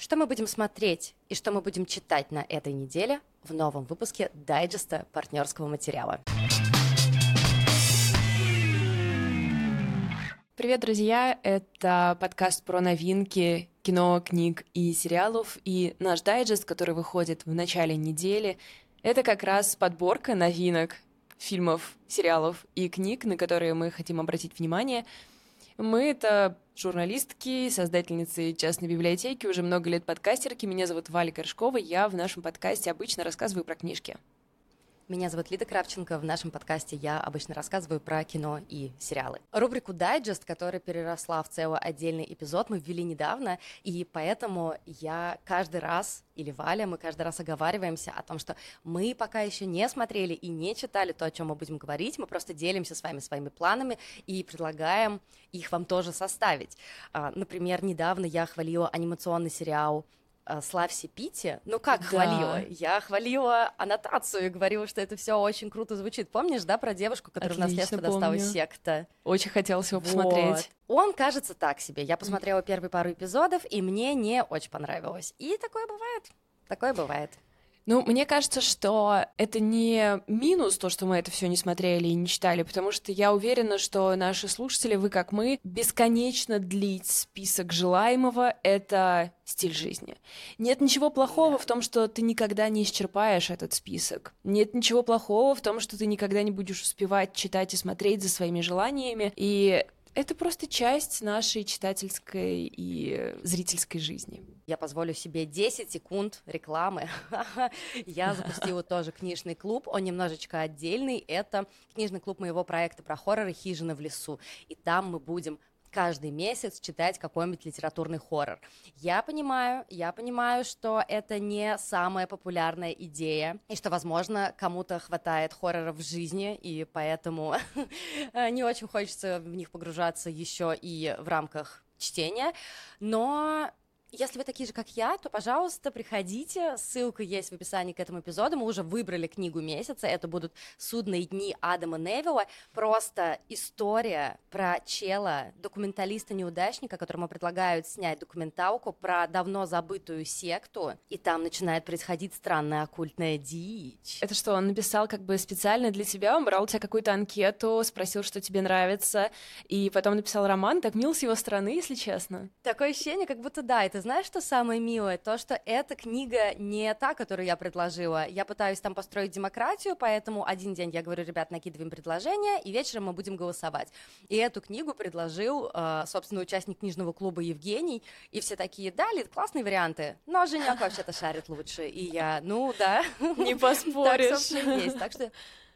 Что мы будем смотреть и что мы будем читать на этой неделе в новом выпуске дайджеста партнерского материала. Привет, друзья! Это подкаст про новинки кино, книг и сериалов. И наш дайджест, который выходит в начале недели, это как раз подборка новинок фильмов, сериалов и книг, на которые мы хотим обратить внимание. Мы — это журналистки, создательницы частной библиотеки, уже много лет подкастерки. Меня зовут Валя Горшкова, я в нашем подкасте обычно рассказываю про книжки. Меня зовут Лида Кравченко. В нашем подкасте я обычно рассказываю про кино и сериалы. Рубрику «Дайджест», которая переросла в целый отдельный эпизод, мы ввели недавно, и поэтому я каждый раз, или Валя, мы каждый раз оговариваемся о том, что мы пока еще не смотрели и не читали то, о чем мы будем говорить, мы просто делимся с вами своими планами и предлагаем их вам тоже составить. Например, недавно я хвалила анимационный сериал «Славься, Питти». Ну как хвалила? Я хвалила аннотацию и говорила, что это все очень круто звучит. Помнишь, да, про девушку, которая в наследство досталась секта? Очень хотелось его посмотреть. Он кажется так себе. Я посмотрела первые пару эпизодов, и мне не очень понравилось. И такое бывает. Такое бывает. Ну, мне кажется, что это не минус, то, что мы это все не смотрели и не читали, потому что я уверена, что наши слушатели, вы как мы, бесконечно длить список желаемого — это стиль жизни. Нет ничего плохого в том, что ты никогда не исчерпаешь этот список. Нет ничего плохого в том, что ты никогда не будешь успевать читать и смотреть за своими желаниями, и это просто часть нашей читательской и зрительской жизни. Я позволю себе 10 секунд рекламы. Я запустила тоже книжный клуб, он немножечко отдельный. Это книжный клуб моего проекта про хорроры «Хижина в лесу». И там мы будем каждый месяц читать какой-нибудь литературный хоррор. Я понимаю, что это не самая популярная идея, и что, возможно, кому-то хватает хорроров в жизни, и поэтому не очень хочется в них погружаться еще и в рамках чтения, но если вы такие же, как я, то, пожалуйста, приходите. Ссылка есть в описании к этому эпизоду. Мы уже выбрали книгу месяца. Это будут «Судные дни» Адама Невилла. Просто история про чела, документалиста-неудачника, которому предлагают снять документалку про давно забытую секту. И там начинает происходить странная оккультная дичь. Это что, он написал как бы специально для тебя? Он брал у тебя какую-то анкету, спросил, что тебе нравится, и потом написал роман? Так мил с его стороны, если честно. Такое ощущение, как будто да. Это знаешь, что самое милое? То, что эта книга не та, которую я предложила. Я пытаюсь там построить демократию, поэтому один день я говорю: ребят, накидываем предложение, и вечером мы будем голосовать. И эту книгу предложил, собственно, участник книжного клуба Евгений, и все такие: да, Лид, классные варианты, но Женек вообще-то шарит лучше. И я: ну да. Не поспоришь. Так, собственно, и есть. Так что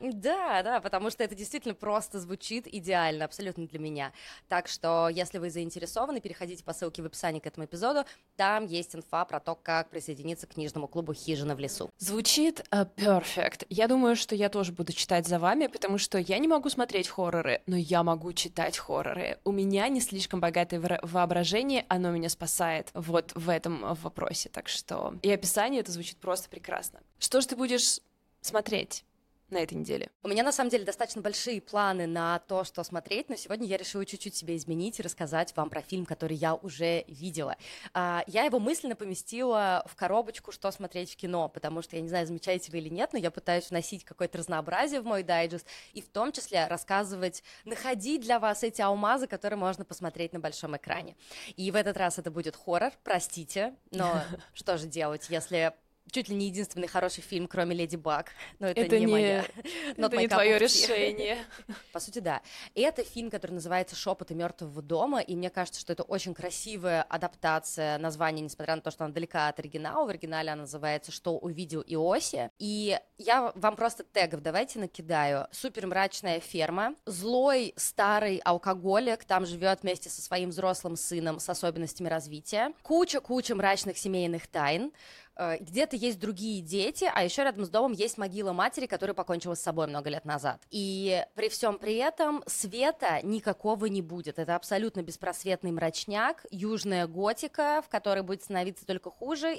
да, потому что это действительно просто звучит идеально, абсолютно для меня. Так что, если вы заинтересованы, переходите по ссылке в описании к этому эпизоду, там есть инфа про то, как присоединиться к книжному клубу «Хижина в лесу». Звучит perfect. Я думаю, что я тоже буду читать за вами, потому что я не могу смотреть хорроры, но я могу читать хорроры. У меня не слишком богатое воображение, оно меня спасает вот в этом вопросе. Так что и описание это звучит просто прекрасно. Что же ты будешь смотреть на этой неделе? У меня, на самом деле, достаточно большие планы на то, что смотреть, но сегодня я решила чуть-чуть себя изменить и рассказать вам про фильм, который я уже видела. Я его мысленно поместила в коробочку «Что смотреть в кино», потому что, я не знаю, замечаете вы или нет, но я пытаюсь вносить какое-то разнообразие в мой дайджест и в том числе рассказывать, находить для вас эти алмазы, которые можно посмотреть на большом экране. И в этот раз это будет хоррор, простите, но что же делать, если чуть ли не единственный хороший фильм, кроме «Леди Баг». Но это не моя. Это не твое решение. По сути, да. И это фильм, который называется «Шепоты мертвого дома», и мне кажется, что это очень красивая адаптация названия, несмотря на то, что она далека от оригинала. В оригинале она называется «Что увидел Иоси». И я вам просто тегов давайте накидаю. Супер мрачная ферма, злой старый алкоголик там живет вместе со своим взрослым сыном с особенностями развития. Куча мрачных семейных тайн. Где-то есть другие дети, а еще рядом с домом есть могила матери, которая покончила с собой много лет назад. И при всем при этом света никакого не будет. Это абсолютно беспросветный мрачняк, южная готика, в которой будет становиться только хуже,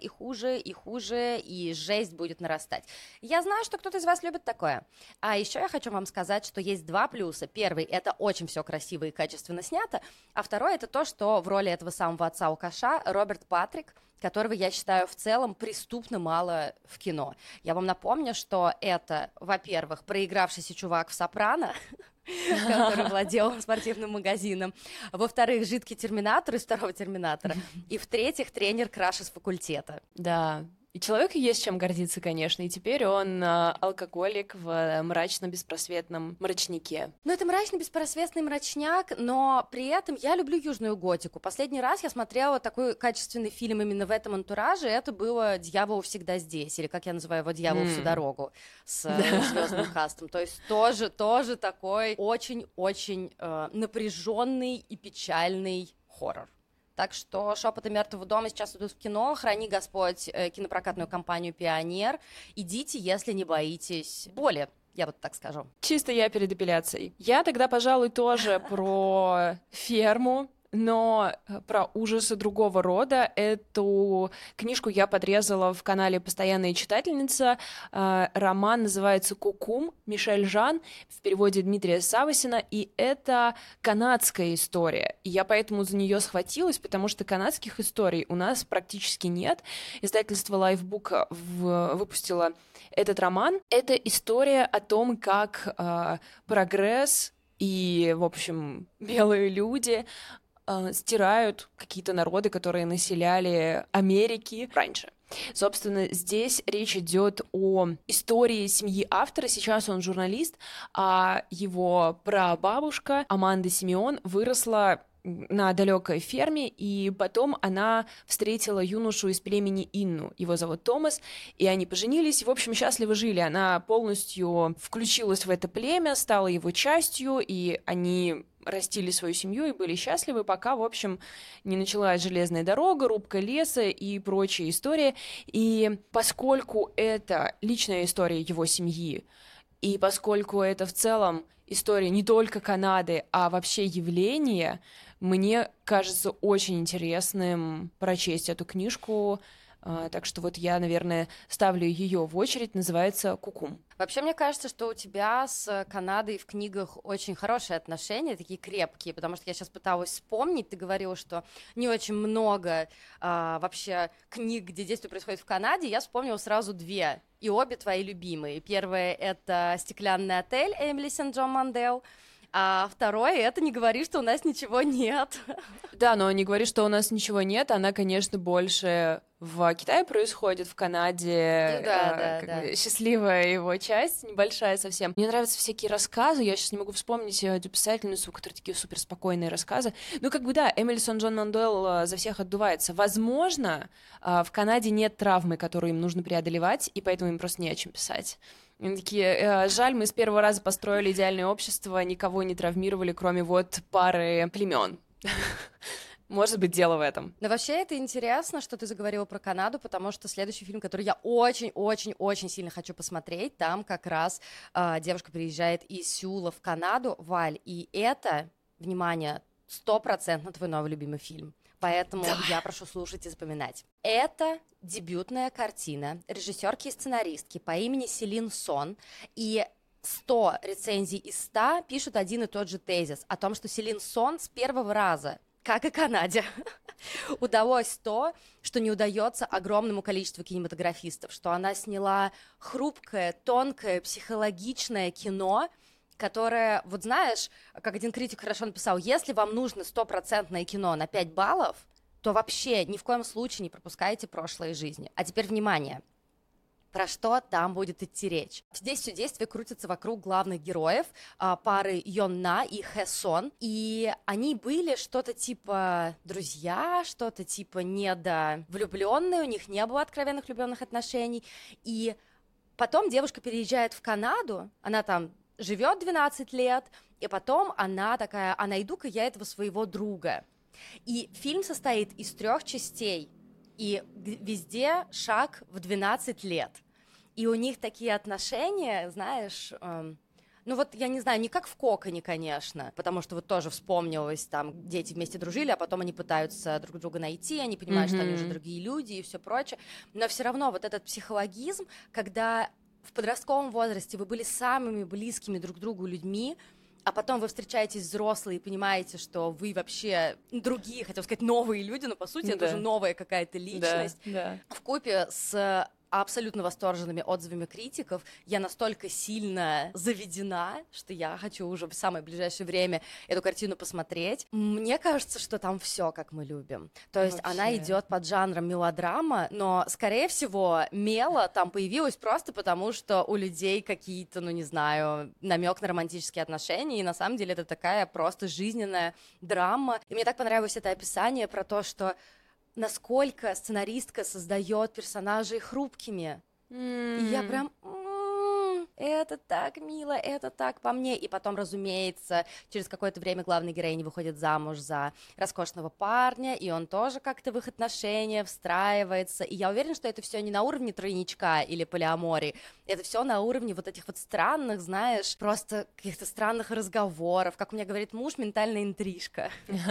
и жесть будет нарастать. Я знаю, что кто-то из вас любит такое. А еще я хочу вам сказать, что есть два плюса. Первый — это очень все красиво и качественно снято, а второй — это то, что в роли этого самого отца-алкаша Роберт Патрик, которого я считаю в целом преступно мало в кино. Я вам напомню, что это, во-первых, проигравшийся чувак в «Сопрано», который владел спортивным магазином. Во-вторых, жидкий терминатор из второго «Терминатора». И в-третьих, тренер краша с факультета. Да, и человеку есть чем гордиться, конечно, и теперь он алкоголик в мрачно-беспросветном мрачнике. Ну, это мрачно-беспросветный мрачняк, но при этом я люблю южную готику. Последний раз я смотрела такой качественный фильм именно в этом антураже, это было «Дьявол всегда здесь», или, как я называю его, «Дьявол всю дорогу» с звездным кастом. То есть тоже такой очень-очень напряженный и печальный хоррор. Так что «Шепоты мертвого дома» сейчас идут в кино. Храни Господь кинопрокатную компанию «Пионер». Идите, если не боитесь боли, я вот так скажу. Чисто я перед эпиляцией. Я тогда, пожалуй, тоже про ферму, но про ужасы другого рода. Эту книжку я подрезала в канале «Постоянная читательница». Роман называется «Кукум», Мишель Жан, в переводе Дмитрия Савосина, и это канадская история. И я поэтому за нее схватилась, потому что канадских историй у нас практически нет. Издательство Lifebook выпустило этот роман. Это история о том, как прогресс и, в общем, белые люди стирают какие-то народы, которые населяли Америки раньше. Собственно, здесь речь идет о истории семьи автора. Сейчас он журналист, а его прабабушка Аманда Симеон выросла на далекой ферме, и потом она встретила юношу из племени Инну. Его зовут Томас, и они поженились, и, в общем, счастливо жили. Она полностью включилась в это племя, стала его частью, и они растили свою семью и были счастливы, пока, в общем, не началась железная дорога, рубка леса и прочая история. И поскольку это личная история его семьи, и поскольку это в целом история не только Канады, а вообще явление, мне кажется очень интересным прочесть эту книжку. Так что вот я, наверное, ставлю ее в очередь, называется «Кукум». Вообще, мне кажется, что у тебя с Канадой в книгах очень хорошие отношения, такие крепкие, потому что я сейчас пыталась вспомнить, ты говорила, что не очень много вообще книг, где действие происходит в Канаде, я вспомнила сразу две, и обе твои любимые. Первое — это «Стеклянный отель» Эмили Сент-Джон Мандел, а второе — это «Не говори, что у нас ничего нет». Да, но «Не говори, что у нас ничего нет», она, конечно, больше в Китае происходит, в Канаде. Да. Счастливая его часть, небольшая совсем. Мне нравятся всякие рассказы, я сейчас не могу вспомнить эту писательницу, у которой такие суперспокойные рассказы. Ну, как бы да, Эмили Сент-Джон Мандел за всех отдувается. Возможно, в Канаде нет травмы, которую им нужно преодолевать, и поэтому им просто не о чем писать. Они такие: жаль, мы с первого раза построили идеальное общество, никого не травмировали, кроме вот пары племен. Может быть, дело в этом. Но вообще это интересно, что ты заговорила про Канаду, потому что следующий фильм, который я очень-очень-очень сильно хочу посмотреть, там как раз девушка приезжает из Сеула в Канаду, Валь, и это, внимание, 100% твой новый любимый фильм. Поэтому я прошу слушать и запоминать. Это дебютная картина режиссерки и сценаристки по имени Селин Сон, и 100 рецензий из 100 пишут один и тот же тезис о том, что Селин Сон с первого раза, как и Канаде, удалось то, что не удается огромному количеству кинематографистов, что она сняла хрупкое, тонкое, психологичное кино, которое, вот знаешь, как один критик хорошо написал, если вам нужно 100% кино на 5 баллов, то вообще ни в коем случае не пропускайте прошлые жизни. А теперь внимание. Про что там будет идти речь? Здесь все действие крутится вокруг главных героев, пары Йонна и Хэ Сон, и они были что-то типа друзья, что-то типа недовлюбленные, у них не было откровенных влюбленных отношений, и потом девушка переезжает в Канаду, она там живет 12 лет, и потом она такая: а найду-ка я этого своего друга. И фильм состоит из 3 частей, и везде шаг в 12 лет. И у них такие отношения, знаешь, ну вот, я не знаю, не как в «Коконе», конечно, потому что вот тоже вспомнилось, там дети вместе дружили, а потом они пытаются друг друга найти, они понимают, что они уже другие люди и все прочее, но все равно вот этот психологизм, когда в подростковом возрасте вы были самыми близкими друг к другу людьми, а потом вы встречаетесь взрослые и понимаете, что вы вообще другие, хотел сказать, новые люди, но по сути это уже новая какая-то личность. Вкупе с абсолютно восторженными отзывами критиков, я настолько сильно заведена, что я хочу уже в самое ближайшее время эту картину посмотреть. Мне кажется, что там все, как мы любим. То есть она идет под жанром мелодрама, но, скорее всего, мело там появилась просто потому, что у людей какие-то, ну, не знаю, намек на романтические отношения, и на самом деле это такая просто жизненная драма. И мне так понравилось это описание про то, что насколько сценаристка создает персонажей хрупкими. И я прям... это так мило, это так по мне. И потом, разумеется, через какое-то время главная героиня выходит замуж за роскошного парня, и он тоже как-то в их отношения встраивается. И я уверена, что это все не на уровне тройничка или полиамории, это все на уровне вот этих вот странных, знаешь, просто каких-то странных разговоров. Как у меня говорит муж, ментальная интрижка.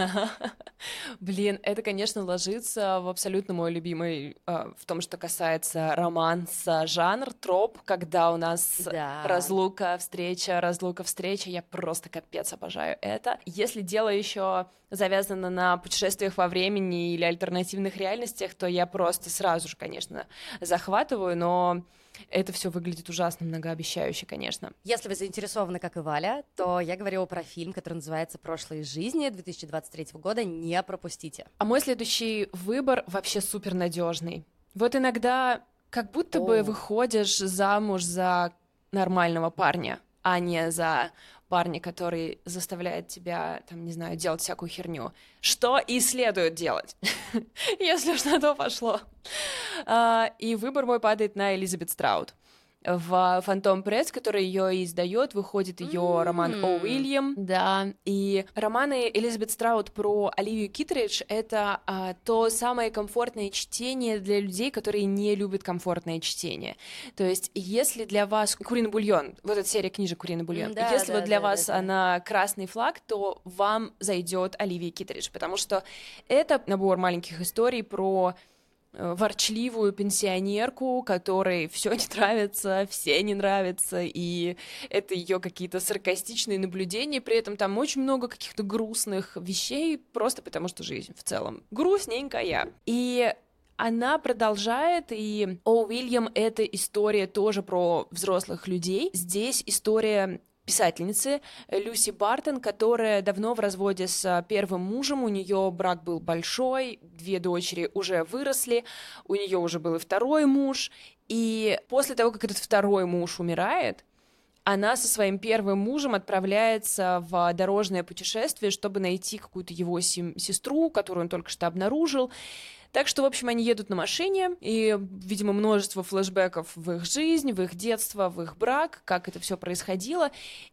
Блин, это, конечно, ложится в абсолютно мой любимый, в том, что касается романса, жанр, троп, когда у нас разлука, встреча, я просто капец обожаю это. Если дело еще завязано на путешествиях во времени или альтернативных реальностях, то я просто сразу же, конечно, захватываю, но это все выглядит ужасно многообещающе, конечно. Если вы заинтересованы, как и Валя, то я говорила про фильм, который называется «Прошлые жизни» 2023 года. Не пропустите. А мой следующий выбор вообще супер надежный. Вот иногда как будто бы выходишь замуж за нормального парня, а не за парня, который заставляет тебя, там, не знаю, делать всякую херню. Что и следует делать, если уж на то пошло. И выбор мой падает на Элизабет Страут. В «Фантом Пресс», который ее издает, выходит ее роман «О. Уильям». Да, и романы Элизабет Страут про Оливию Китридж — это то самое комфортное чтение для людей, которые не любят комфортное чтение. То есть, если для вас «Куриный бульон», вот эта серия книжек «Куриный бульон», если вот для вас она красный флаг, то вам зайдет Оливия Китридж, потому что это набор маленьких историй про ворчливую пенсионерку, которой все не нравится, все не нравятся, и это ее какие-то саркастичные наблюдения, при этом там очень много каких-то грустных вещей, просто потому что жизнь в целом грустненькая. И она продолжает, и «О. Уильям» — это история тоже про взрослых людей. Здесь история писательницы Люси Бартон, которая давно в разводе с первым мужем, у нее брак был большой, 2 дочери уже выросли, у нее уже был и второй муж, и после того, как этот второй муж умирает, она со своим первым мужем отправляется в дорожное путешествие, чтобы найти какую-то его сестру, которую он только что обнаружил. Так что, в общем, они едут на машине, и, видимо, множество флешбеков в их жизнь, в их детство, в их брак, как это все происходило.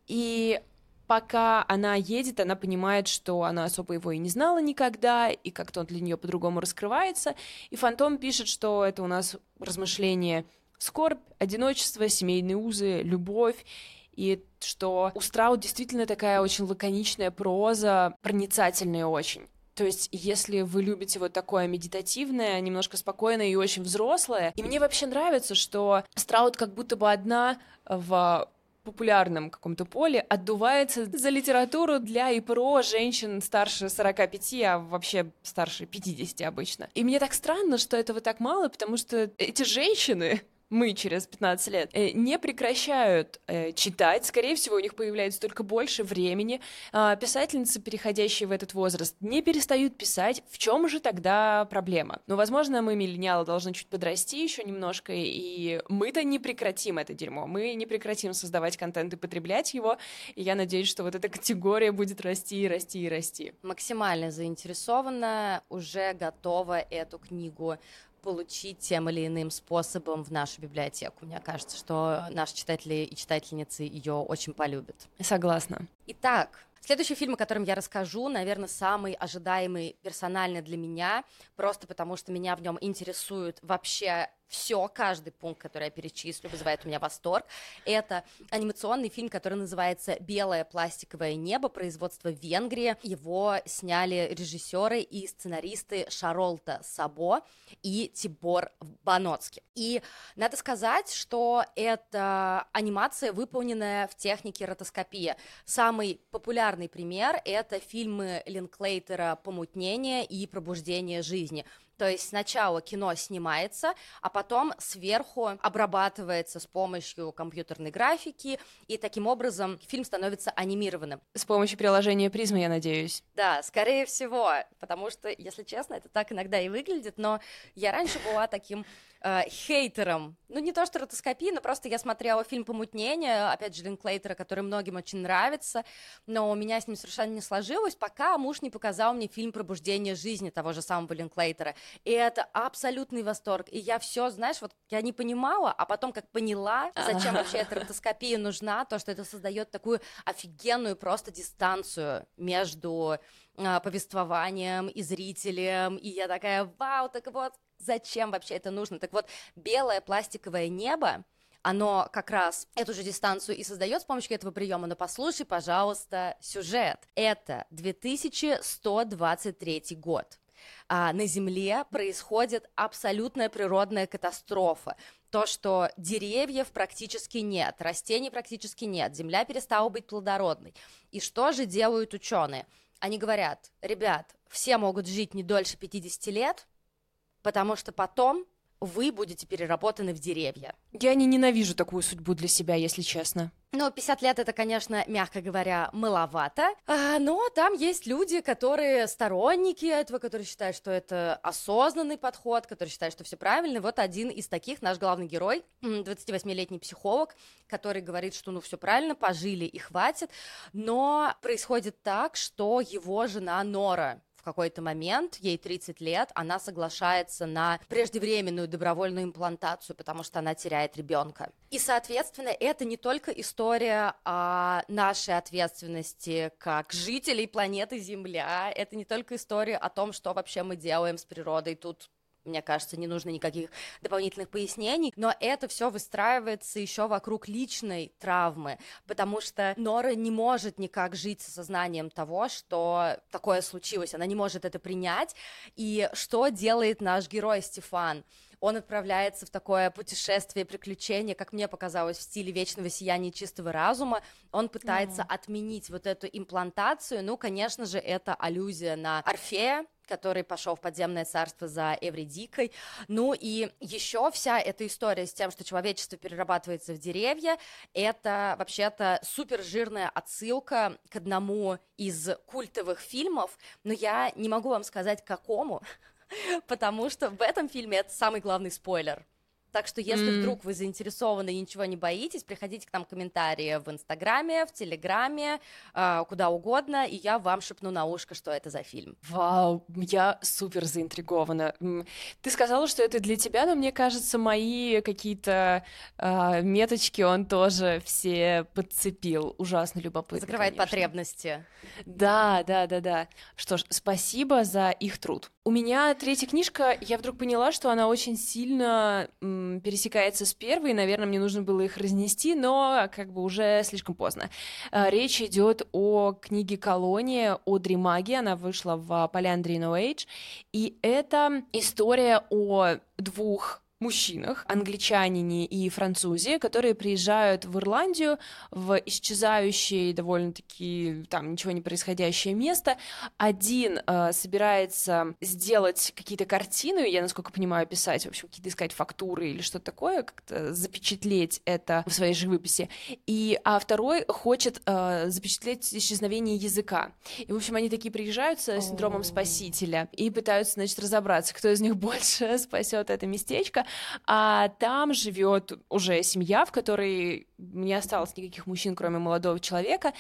И пока она едет, она понимает, что она особо его и не знала никогда, и как-то он для нее по-другому раскрывается. И «Фантом» пишет, что это у нас размышление скорбь, одиночество, семейные узы, любовь, и что у Страут действительно такая очень лаконичная проза, проницательная очень. То есть, если вы любите вот такое медитативное, немножко спокойное и очень взрослое, и мне вообще нравится, что Страут как будто бы одна в популярном каком-то поле отдувается за литературу для и про женщин старше 45, а вообще старше 50 обычно. И мне так странно, что этого так мало, потому что эти женщины... мы через 15 лет, не прекращают читать, скорее всего, у них появляется только больше времени. Писательницы, переходящие в этот возраст, не перестают писать. В чем же тогда проблема? Ну, возможно, мы, миллениалы, должны чуть подрасти еще немножко, и мы-то не прекратим это дерьмо, мы не прекратим создавать контент и потреблять его, и я надеюсь, что вот эта категория будет расти и расти и расти. Максимально заинтересована, уже готова эту книгу получить тем или иным способом в нашу библиотеку. Мне кажется, что наши читатели и читательницы ее очень полюбят. Согласна. Итак, следующий фильм, о котором я расскажу, наверное, самый ожидаемый персонально для меня, просто потому что меня в нем интересуют вообще все, каждый пункт, который я перечислю, вызывает у меня восторг. Это анимационный фильм, который называется «Белое пластиковое небо», производство Венгрии. Его сняли режиссеры и сценаристы Шаролта Сабо и Тибор Баноцки. И надо сказать, что это анимация, выполненная в технике ротоскопия. Самый популярный пример — это фильмы Линклейтера «Помутнение» и «Пробуждение жизни». То есть сначала кино снимается, а потом сверху обрабатывается с помощью компьютерной графики, и таким образом фильм становится анимированным. С помощью приложения Призма, я надеюсь. Да, скорее всего, потому что, если честно, это так иногда и выглядит, но я раньше была таким хейтером. Ну, не то что ротоскопии, но просто я смотрела фильм «Помутнение», опять же, Линклейтера, который многим очень нравится, но у меня с ним совершенно не сложилось, пока муж не показал мне фильм «Пробуждение жизни» того же самого Линклейтера. И это абсолютный восторг. И я все, знаешь, вот я не понимала, а потом как поняла, зачем вообще эта ротоскопия нужна, то, что это создает такую офигенную просто дистанцию между повествованием и зрителем. И я такая, вау, так вот, зачем вообще это нужно? Так вот, белое пластиковое небо, оно как раз эту же дистанцию и создает с помощью этого приема. Но послушай, пожалуйста, сюжет. Это 2123 год. На Земле происходит абсолютная природная катастрофа. То, что деревьев практически нет, растений практически нет, Земля перестала быть плодородной. И что же делают ученые? Они говорят, ребят, все могут жить не дольше 50 лет, потому что потом вы будете переработаны в деревья. Я не ненавижу такую судьбу для себя, если честно. Ну, 50 лет это, конечно, мягко говоря, маловато, но там есть люди, которые сторонники этого, которые считают, что это осознанный подход, которые считают, что все правильно. Вот один из таких, наш главный герой, 28-летний психолог, который говорит, что ну все правильно, пожили и хватит, но происходит так, что его жена Нора в какой-то момент, ей 30 лет, она соглашается на преждевременную добровольную имплантацию, потому что она теряет ребенка. И, соответственно, это не только история о нашей ответственности как жителей планеты Земля, это не только история о том, что вообще мы делаем с природой. Тут, мне кажется, не нужно никаких дополнительных пояснений, но это все выстраивается еще вокруг личной травмы, потому что Нора не может никак жить с осознанием того, что такое случилось, она не может это принять, и что делает наш герой Стефан? Он отправляется в такое путешествие, приключение, как мне показалось, в стиле вечного сияния чистого разума. Он пытается отменить вот эту имплантацию. Ну, конечно же, это аллюзия на Орфея, который пошел в подземное царство за Эвридикой. Ну и еще вся эта история с тем, что человечество перерабатывается в деревья, это вообще-то супер жирная отсылка к одному из культовых фильмов, но я не могу вам сказать, к какому, потому что в этом фильме это самый главный спойлер. Так что, если вдруг вы заинтересованы и ничего не боитесь, приходите к нам в комментарии в Инстаграме, в Телеграме, куда угодно, и я вам шепну на ушко, что это за фильм. Вау, я супер заинтригована. Ты сказала, что это для тебя, но мне кажется, мои какие-то меточки он тоже все подцепил. Ужасно любопытно, Закрывает конечно. потребности. Да. Что ж, спасибо за их труд. У меня третья книжка, я вдруг поняла, что она очень сильно пересекается с первой, наверное, мне нужно было их разнести, но как бы уже слишком поздно. Речь идет о книге «Колония» Одри Маги, она вышла в Полиандри No Age, и это история о двух мужчинах, англичанине и французе, которые приезжают в Ирландию, в исчезающее, довольно-таки там ничего не происходящее место. Один собирается сделать какие-то картины, я, насколько понимаю, писать, в общем, какие-то искать фактуры или что-то такое, как-то запечатлеть это в своей живописи. А второй хочет запечатлеть исчезновение языка. И, в общем, они такие приезжают с синдромом спасителя и пытаются, значит, разобраться, кто из них больше спасет это местечко. А там живет уже семья, в которой не осталось никаких мужчин, кроме молодого человека,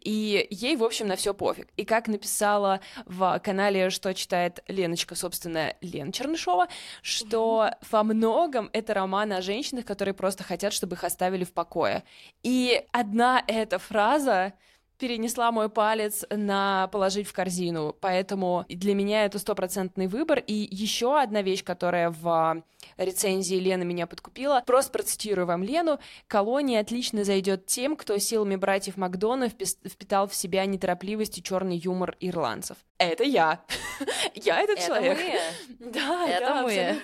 и ей, в общем, на все пофиг. И как написала в канале «Что читает Леночка», собственно, Лена Чернышова, что во многом это роман о женщинах, которые просто хотят, чтобы их оставили в покое. И одна эта фраза перенесла мой палец на положить в корзину, поэтому для меня это 100% выбор. И еще одна вещь, которая в рецензии Лены меня подкупила, просто процитирую вам Лену: «Колония отлично зайдет тем, кто силами братьев Макдона впитал в себя неторопливость и черный юмор ирландцев». Это я. Я этот человек. Да, это мы.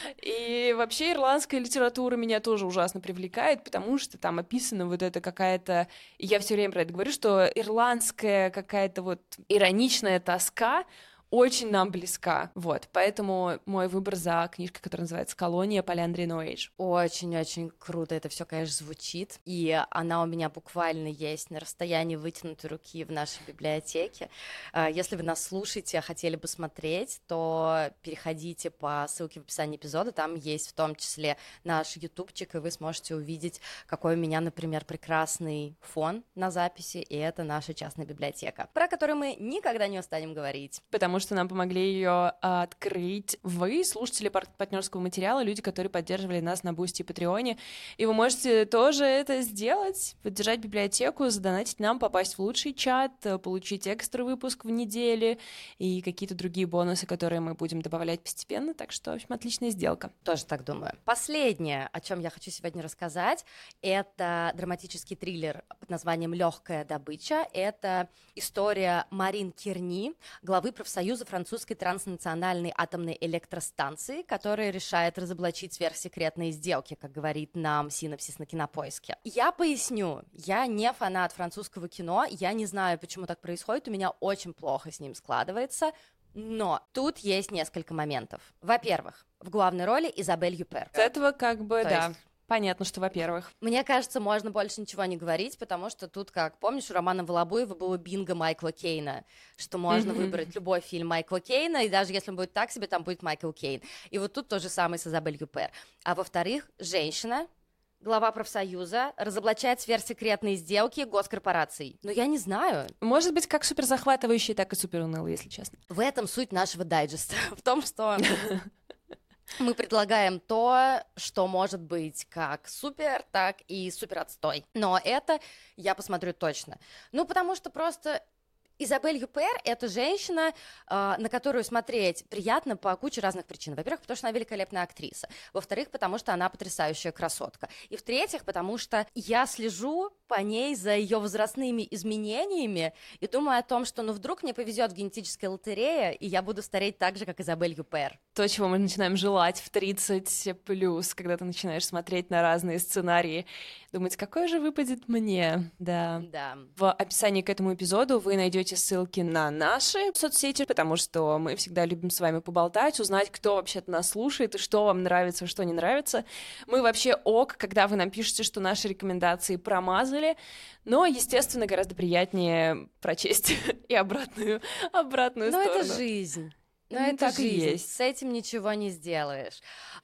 И вообще ирландская литература меня тоже ужасно привлекает, потому что там описана вот эта какая-то... Я все время про это говорю, что ирландская какая-то вот ироничная тоска очень нам близка. Вот, поэтому мой выбор за книжкой, которая называется «Колония» Полиандры Ноэйдж. Очень-очень круто это все, конечно, звучит, и она у меня буквально есть на расстоянии вытянутой руки в нашей библиотеке. Если вы нас слушаете, хотели бы смотреть, то переходите по ссылке в описании эпизода, там есть в том числе наш ютубчик, и вы сможете увидеть, какой у меня, например, прекрасный фон на записи, и это наша частная библиотека, про которую мы никогда не устанем говорить. Потому что нам помогли ее открыть вы, слушатели партнерского материала, люди, которые поддерживали нас на Бусти и Патреоне. И вы можете тоже это сделать, поддержать библиотеку, задонатить нам, попасть в лучший чат, получить экстра выпуск в неделю и какие-то другие бонусы, которые мы будем добавлять постепенно. Так что, в общем, отличная сделка. Тоже так думаю. Последнее, о чем я хочу сегодня рассказать, это драматический триллер под названием «Легкая добыча». Это история Марин Керни, главы профсоюза французской транснациональной атомной электростанции, которая решает разоблачить сверхсекретные сделки, как говорит нам синопсис на Кинопоиске. Я поясню, я не фанат французского кино, я не знаю, почему так происходит, у меня очень плохо с ним складывается, но тут есть несколько моментов. Во-первых, в главной роли Изабель Юпер. С этого как бы, да. Понятно, что, во-первых. Мне кажется, можно больше ничего не говорить, потому что тут, как помнишь, у Романа Волобуева было бинго Майкла Кейна, что можно выбрать любой фильм Майкла Кейна, и даже если он будет так себе, там будет Майкл Кейн. И вот тут то же самое с Изабель Юпер. А во-вторых, женщина, глава профсоюза, разоблачает сверхсекретные сделки госкорпораций. Но я не знаю. Может быть, как суперзахватывающие, так и суперунылые, если честно. В этом суть нашего дайджеста. В том, что... Мы предлагаем то, что может быть как супер, так и супер отстой. Но это я посмотрю точно. Ну, потому что просто Изабель Юпер — это женщина, на которую смотреть приятно по куче разных причин. Во-первых, потому что она великолепная актриса. Во-вторых, потому что она потрясающая красотка. И в-третьих, потому что я слежу по ней за ее возрастными изменениями и думаю о том, что ну вдруг мне повезет в генетической лотерее, и я буду стареть так же, как Изабель Юпер. То, чего мы начинаем желать в 30+, когда ты начинаешь смотреть на разные сценарии, думать, какой же выпадет мне. Да. В описании к этому эпизоду вы найдете ссылки на наши соцсети, потому что мы всегда любим с вами поболтать, узнать, кто вообще-то нас слушает и что вам нравится, что не нравится. Мы вообще ок, когда вы нам пишете, что наши рекомендации промазали, но, естественно, гораздо приятнее прочесть и обратную сторону. Но это жизнь. Но это так жизнь, и есть. с этим ничего не сделаешь.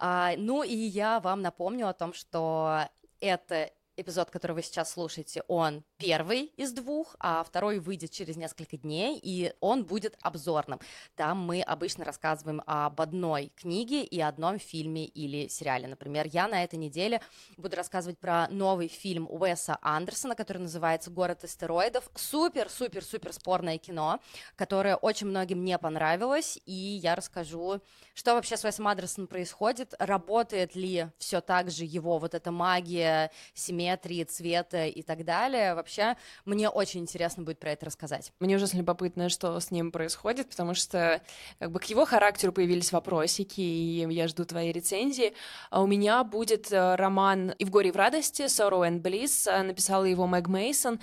Ну и я вам напомню о том, что это эпизод, который вы сейчас слушаете, он первый из двух, а второй выйдет через несколько дней, и он будет обзорным. Там мы обычно рассказываем об одной книге и одном фильме или сериале. Например, я на этой неделе буду рассказывать про новый фильм Уэса Андерсона, который называется «Город астероидов». Супер-супер-супер спорное кино, которое очень многим не понравилось, и я расскажу, что вообще с Уэсом Андерсоном происходит, работает ли все так же его вот эта магия, симметрии, цвета и так далее. Вообще, мне очень интересно будет про это рассказать. Мне ужасно любопытно, что с ним происходит, потому что как бы к его характеру появились вопросики, и я жду твоей рецензии. А у меня будет роман «И в горе, и в радости» Sorrow and Bliss, написала его Мэг Мейсон.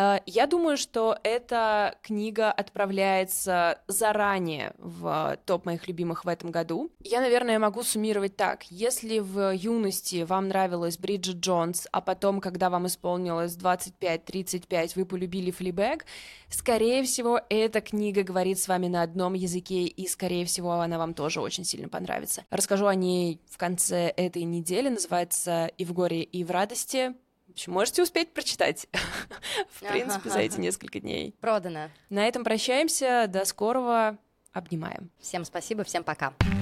Я думаю, что эта книга отправляется заранее в топ моих любимых в этом году. Я, наверное, могу суммировать так. Если в юности вам нравилась Бриджит Джонс, а потом, когда вам исполнилось 25-35, вы полюбили Флибэг, скорее всего, эта книга говорит с вами на одном языке, и, скорее всего, она вам тоже очень сильно понравится. Расскажу о ней в конце этой недели, называется «И в горе, и в радости». В общем, можете успеть прочитать, в принципе, за эти несколько дней. Продано. На этом прощаемся, до скорого, обнимаем. Всем спасибо, всем пока.